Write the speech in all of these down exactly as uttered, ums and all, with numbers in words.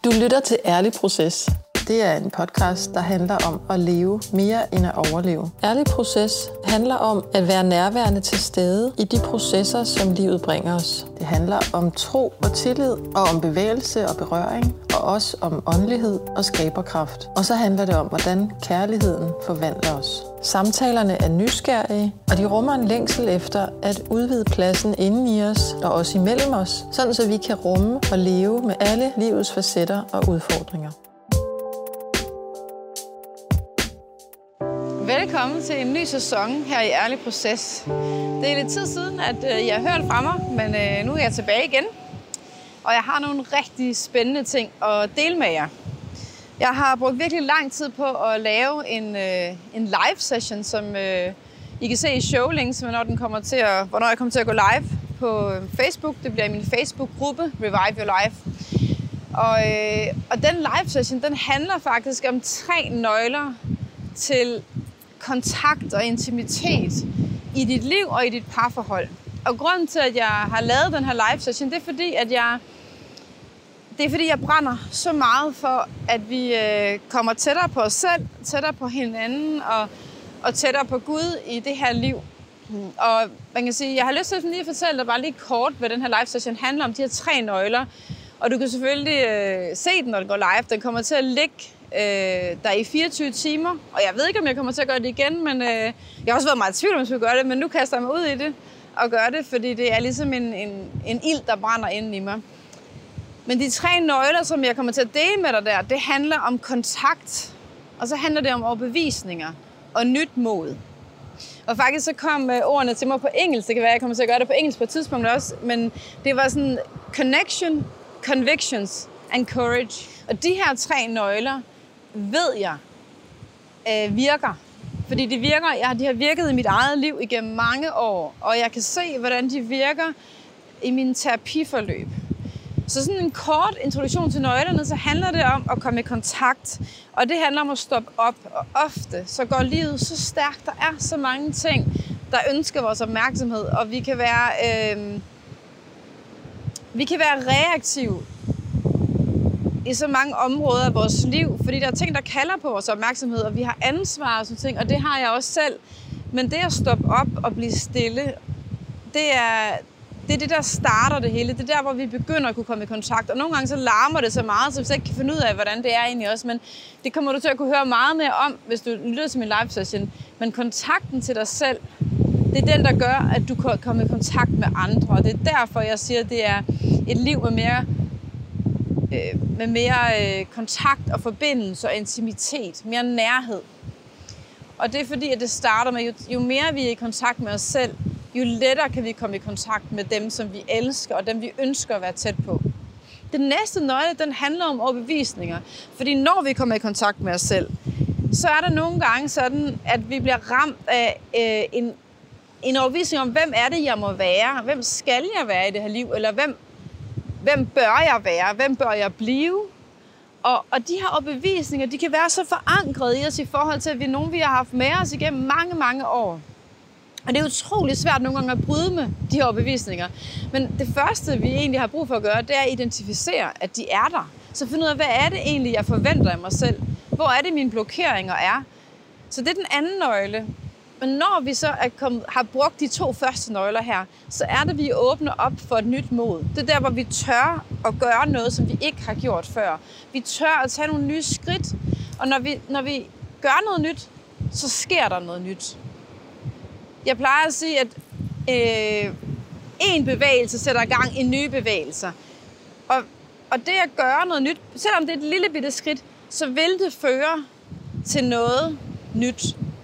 Du lytter til Ærlig Proces. Det er en podcast, der handler om at leve mere end at overleve. Ærlig Proces handler om at være nærværende til stede i de processer, som livet bringer os. Det handler om tro og tillid, og om bevægelse og berøring, og også om åndelighed og skaberkraft. Og så handler det om, hvordan kærligheden forvandler os. Samtalerne er nysgerrige, og de rummer en længsel efter at udvide pladsen inden i os og også imellem os, sådan så vi kan rumme og leve med alle livets facetter og udfordringer. Velkommen til en ny sæson her i Ærlig Proces. Det er lidt tid siden, at jeg har hørt fra mig, men nu er jeg tilbage igen. Og jeg har nogle rigtig spændende ting at dele med jer. Jeg har brugt virkelig lang tid på at lave en, en live session, som I kan se i showlinks, hvornår, den kommer til at, hvornår jeg kommer til at gå live på Facebook. Det bliver i min Facebook-gruppe, Revive Your Life. Og, og den live session, den handler faktisk om tre nøgler til kontakt og intimitet i dit liv og i dit parforhold. Og grunden til, at jeg har lavet den her live session, det er fordi, at jeg, det er fordi, jeg brænder så meget for, at vi øh, kommer tættere på os selv, tættere på hinanden og, og tættere på Gud i det her liv. Og man kan sige, jeg har lyst til at lige fortælle dig bare lige kort, hvad den her live session handler om, de her tre nøgler. Og du kan selvfølgelig øh, se den, når den går live. Den kommer til at ligge øh, der i fireogtyve timer. Og jeg ved ikke, om jeg kommer til at gøre det igen, men øh, jeg har også været meget i tvivl, om jeg skulle gøre det. Men nu kaster jeg mig ud i det og gør det, fordi det er ligesom en, en, en ild, der brænder inde i mig. Men de tre nøgler, som jeg kommer til at dele med dig der, det handler om kontakt. Og så handler det om overbevisninger og nyt mod. Og faktisk så kom øh, ordene til mig på engelsk. Det kan være, jeg kommer til at gøre det på engelsk på et tidspunkt også. Men det var sådan connection, convictions and courage. Og de her tre nøgler, ved jeg, øh, virker. Fordi de virker, ja, de har virket i mit eget liv igennem mange år. Og jeg kan se, hvordan de virker i mine terapiforløb. Så sådan en kort introduktion til nøglerne, så handler det om at komme i kontakt. Og det handler om at stoppe op. Og ofte så går livet så stærkt. Der er så mange ting, der ønsker vores opmærksomhed. Og vi kan være, øh, vi kan være reaktive i så mange områder af vores liv. Fordi der er ting, der kalder på vores opmærksomhed. Og vi har ansvar og sådan ting. Og det har jeg også selv. Men det at stoppe op og blive stille, det er... Det er det, der starter det hele. Det er der, hvor vi begynder at kunne komme i kontakt. Og nogle gange så larmer det så meget, så vi ikke kan finde ud af, hvordan det er egentlig også. Men det kommer du til at kunne høre meget mere om, hvis du lytter til min live session. Men kontakten til dig selv, det er den, der gør, at du kan komme i kontakt med andre. Og det er derfor, jeg siger, at det er et liv med mere, øh, med mere øh, kontakt og forbindelse og intimitet. Mere nærhed. Og det er fordi, at det starter med, jo, jo mere vi er i kontakt med os selv, jo lettere kan vi komme i kontakt med dem, som vi elsker, og dem, vi ønsker at være tæt på. Den næste nøgle, den handler om overbevisninger. Fordi når vi kommer i kontakt med os selv, så er der nogle gange sådan, at vi bliver ramt af øh, en, en overbevisning om, hvem er det, jeg må være? Hvem skal jeg være i det her liv? Eller hvem, hvem bør jeg være? Hvem bør jeg blive? Og, og de her overbevisninger, de kan være så forankret i os i forhold til, at vi er nogen, vi har haft med os igennem mange, mange år. Og det er utroligt svært nogle gange at bryde med de her overbevisninger. Men det første, vi egentlig har brug for at gøre, det er at identificere, at de er der. Så finde ud af, hvad er det egentlig, jeg forventer af mig selv? Hvor er det, mine blokeringer er? Så det er den anden nøgle. Men når vi så er kommet, har brugt de to første nøgler her, så er det, vi åbner op for et nyt mod. Det er der, hvor vi tør at gøre noget, som vi ikke har gjort før. Vi tør at tage nogle nye skridt. Og når vi, når vi gør noget nyt, så sker der noget nyt. Jeg plejer at sige, at øh, en bevægelse sætter i gang i nye bevægelser. Og, og det at gøre noget nyt, selvom det er et lille bitte skridt, så vil det føre til noget nyt.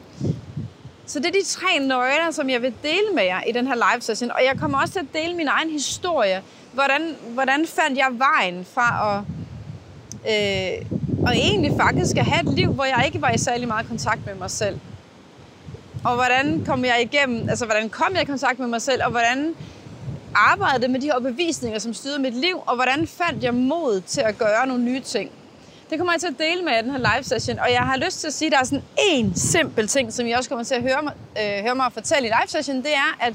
Så det er de tre nøgler, som jeg vil dele med jer i den her live session. Og jeg kommer også til at dele min egen historie. Hvordan, hvordan fandt jeg vejen fra at, øh, og egentlig faktisk at have et liv, hvor jeg ikke var i særlig meget kontakt med mig selv. Og hvordan kom jeg igennem, altså hvordan kom jeg i kontakt med mig selv, og hvordan arbejdede med de her overbevisninger, som styrede mit liv, og hvordan fandt jeg mod til at gøre nogle nye ting. Det kommer jeg til at dele med i den her live session, og jeg har lyst til at sige, at der er sådan en simpel ting, som I også kommer til at høre mig, øh, høre mig fortælle i live session, det er, at,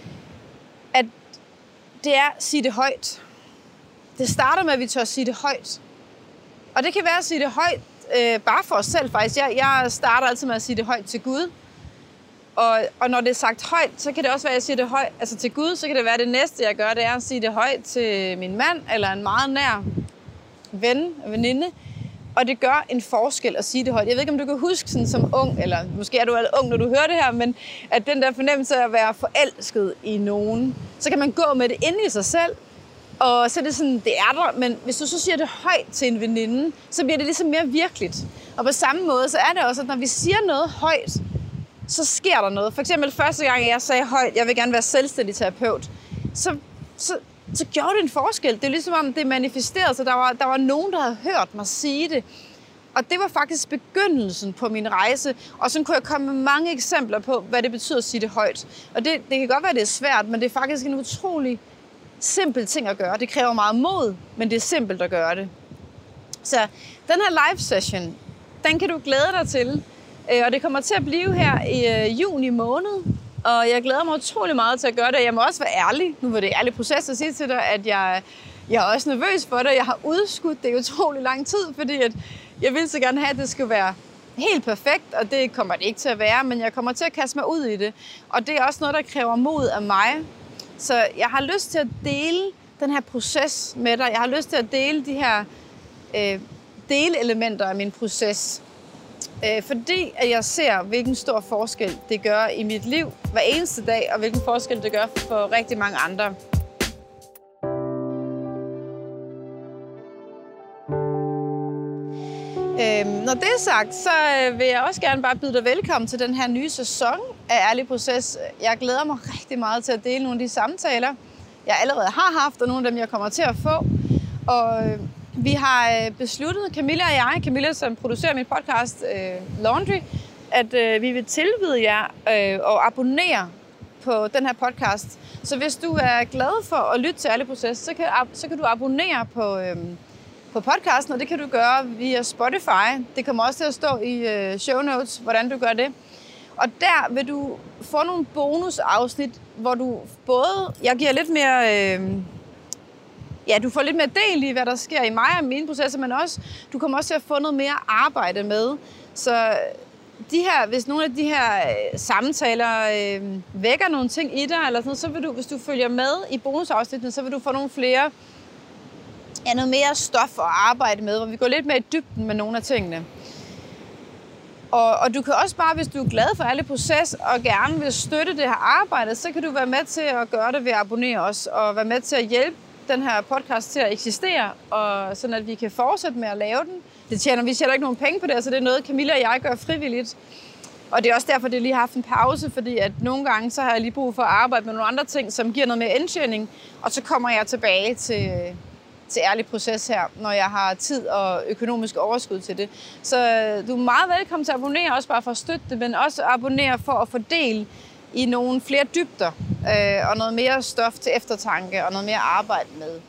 at det er at sige det højt. Det starter med, at vi tør sige det højt. Og det kan være at sige det højt, øh, bare for os selv faktisk. Jeg, jeg starter altid med at sige det højt til Gud. Og, og når det er sagt højt, så kan det også være, at jeg siger det højt altså til Gud. Så kan det være, at det næste, jeg gør, det er at sige det højt til min mand, eller en meget nær ven, veninde. Og det gør en forskel at sige det højt. Jeg ved ikke, om du kan huske sådan som ung, eller måske er du allerede ung, når du hører det her, men at den der fornemmelse af at være forelsket i nogen, så kan man gå med det inde i sig selv, og så er det sådan, det er der, men hvis du så siger det højt til en veninde, så bliver det ligesom mere virkeligt. Og på samme måde, så er det også, at når vi siger noget højt, så sker der noget. For eksempel første gang, jeg sagde højt, jeg vil gerne være selvstændig terapeut, så, så, så gjorde det en forskel. Det er ligesom om, det manifesterede sig. Der var, der var nogen, der havde hørt mig sige det. Og det var faktisk begyndelsen på min rejse. Og så kunne jeg komme med mange eksempler på, hvad det betyder at sige det højt. Og det, det kan godt være, det er svært, men det er faktisk en utrolig simpel ting at gøre. Det kræver meget mod, men det er simpelt at gøre det. Så den her live session, den kan du glæde dig til. Og det kommer til at blive her i juni måned. Og jeg glæder mig utrolig meget til at gøre det. Jeg må også være ærlig. Nu var det en ærlig proces at sige til dig, at jeg, jeg er også nervøs for det. Jeg har udskudt det i utrolig lang tid, fordi at jeg vil så gerne have, at det skal være helt perfekt, og det kommer det ikke til at være, men jeg kommer til at kaste mig ud i det. Og det er også noget, der kræver mod af mig. Så jeg har lyst til at dele den her proces med dig. Jeg har lyst til at dele de her øh, delelementer af min proces. Øh, fordi at jeg ser, hvilken stor forskel det gør i mit liv hver eneste dag, og hvilken forskel det gør for rigtig mange andre. Øhm, når det er sagt, så vil jeg også gerne bare byde dig velkommen til den her nye sæson af Ærlig Proces. Jeg glæder mig rigtig meget til at dele nogle af de samtaler, jeg allerede har haft, og nogle af dem, jeg kommer til at få. Og øh, vi har besluttet, Camilla og jeg, Camilla som producerer min podcast øh, Laundry, at øh, vi vil tilbyde jer øh, at abonnere på den her podcast. Så hvis du er glad for at lytte til Ærlig Proces, så kan, så kan du abonnere på... Øh, på podcasten, og det kan du gøre via Spotify. Det kommer også til at stå i øh, show notes, hvordan du gør det. Og der vil du få nogle bonusafsnit, hvor du både, jeg giver lidt mere, øh, ja, du får lidt mere del i, hvad der sker i mig og mine processer, men også, du kommer også til at få noget mere arbejde med. Så de her, hvis nogle af de her øh, samtaler øh, vækker nogle ting i dig, eller sådan noget, så vil du, hvis du følger med i bonusafsnittet, så vil du få nogle flere Ja, noget mere stof at arbejde med, hvor vi går lidt mere i dybden med nogle af tingene. Og, og du kan også bare, hvis du er glad for Ærlig Proces og gerne vil støtte det her arbejde, så kan du være med til at gøre det ved at abonnere os, og være med til at hjælpe den her podcast til at eksistere, og sådan at vi kan fortsætte med at lave den. Det tjener, vi tjener ikke nogen penge på det, så det er noget, Camilla og jeg gør frivilligt. Og det er også derfor, det lige har haft en pause, fordi at nogle gange så har jeg lige brug for at arbejde med nogle andre ting, som giver noget mere indtjening, og så kommer jeg tilbage til... til Ærlig Proces her, når jeg har tid og økonomisk overskud til det. Så du er meget velkommen til at abonnere, også bare for at støtte det, men også abonnere for at få del i nogle flere dybder, øh, og noget mere stof til eftertanke, og noget mere arbejde med.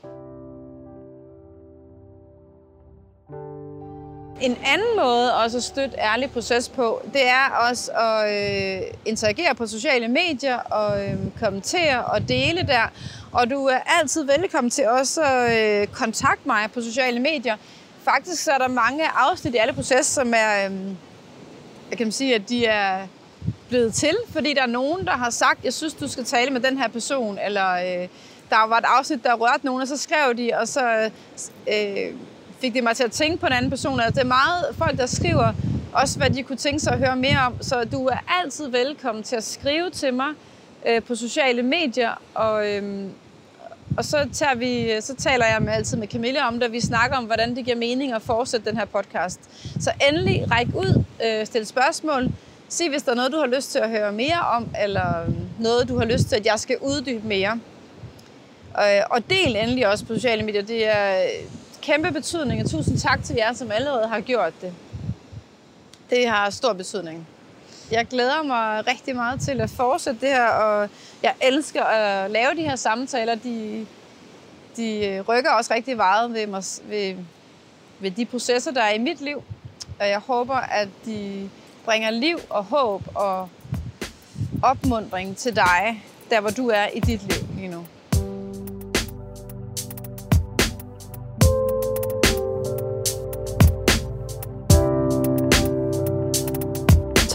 En anden måde også at støtte Ærlig Proces på, det er også at øh, interagere på sociale medier og øh, kommentere og dele der. Og du er altid velkommen til også at øh, kontakte mig på sociale medier. Faktisk så er der mange afsnit i Ærlig Proces, som er, øh, jeg kan sige, at de er blevet til, fordi der er nogen, der har sagt, jeg synes, du skal tale med den her person, eller øh, der var et afsnit, der rørte nogen, og så skrev de, og så øh, fik det mig til at tænke på en anden person. Altså, det er meget folk, der skriver også, hvad de kunne tænke sig at høre mere om, så du er altid velkommen til at skrive til mig øh, på sociale medier, og, øh, og så, tager vi, så taler jeg med, altid med Camilla om det, og vi snakker om, hvordan det giver mening at fortsætte den her podcast. Så endelig ræk ud, øh, stil spørgsmål, sig hvis der er noget, du har lyst til at høre mere om, eller noget, du har lyst til, at jeg skal uddybe mere. Øh, og del endelig også på sociale medier, det er kæmpe betydning, og tusind tak til jer, som allerede har gjort det. Det har stor betydning. Jeg glæder mig rigtig meget til at fortsætte det her, og jeg elsker at lave de her samtaler. De, de rykker også rigtig meget ved, mig, ved, ved de processer, der er i mit liv. Og jeg håber, at de bringer liv og håb og opmuntring til dig, der hvor du er i dit liv lige nu.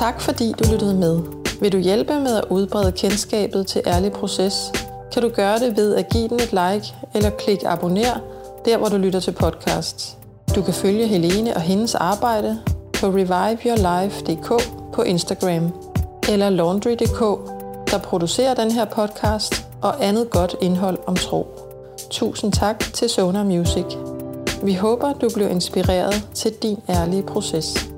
Tak fordi du lyttede med. Vil du hjælpe med at udbrede kendskabet til Ærlig Proces, kan du gøre det ved at give den et like eller klik abonner der, hvor du lytter til podcasts. Du kan følge Helene og hendes arbejde på revive your life punktum d k på Instagram eller laundry punktum d k, der producerer den her podcast og andet godt indhold om tro. Tusind tak til Sonar Music. Vi håber, du blev inspireret til din ærlige proces.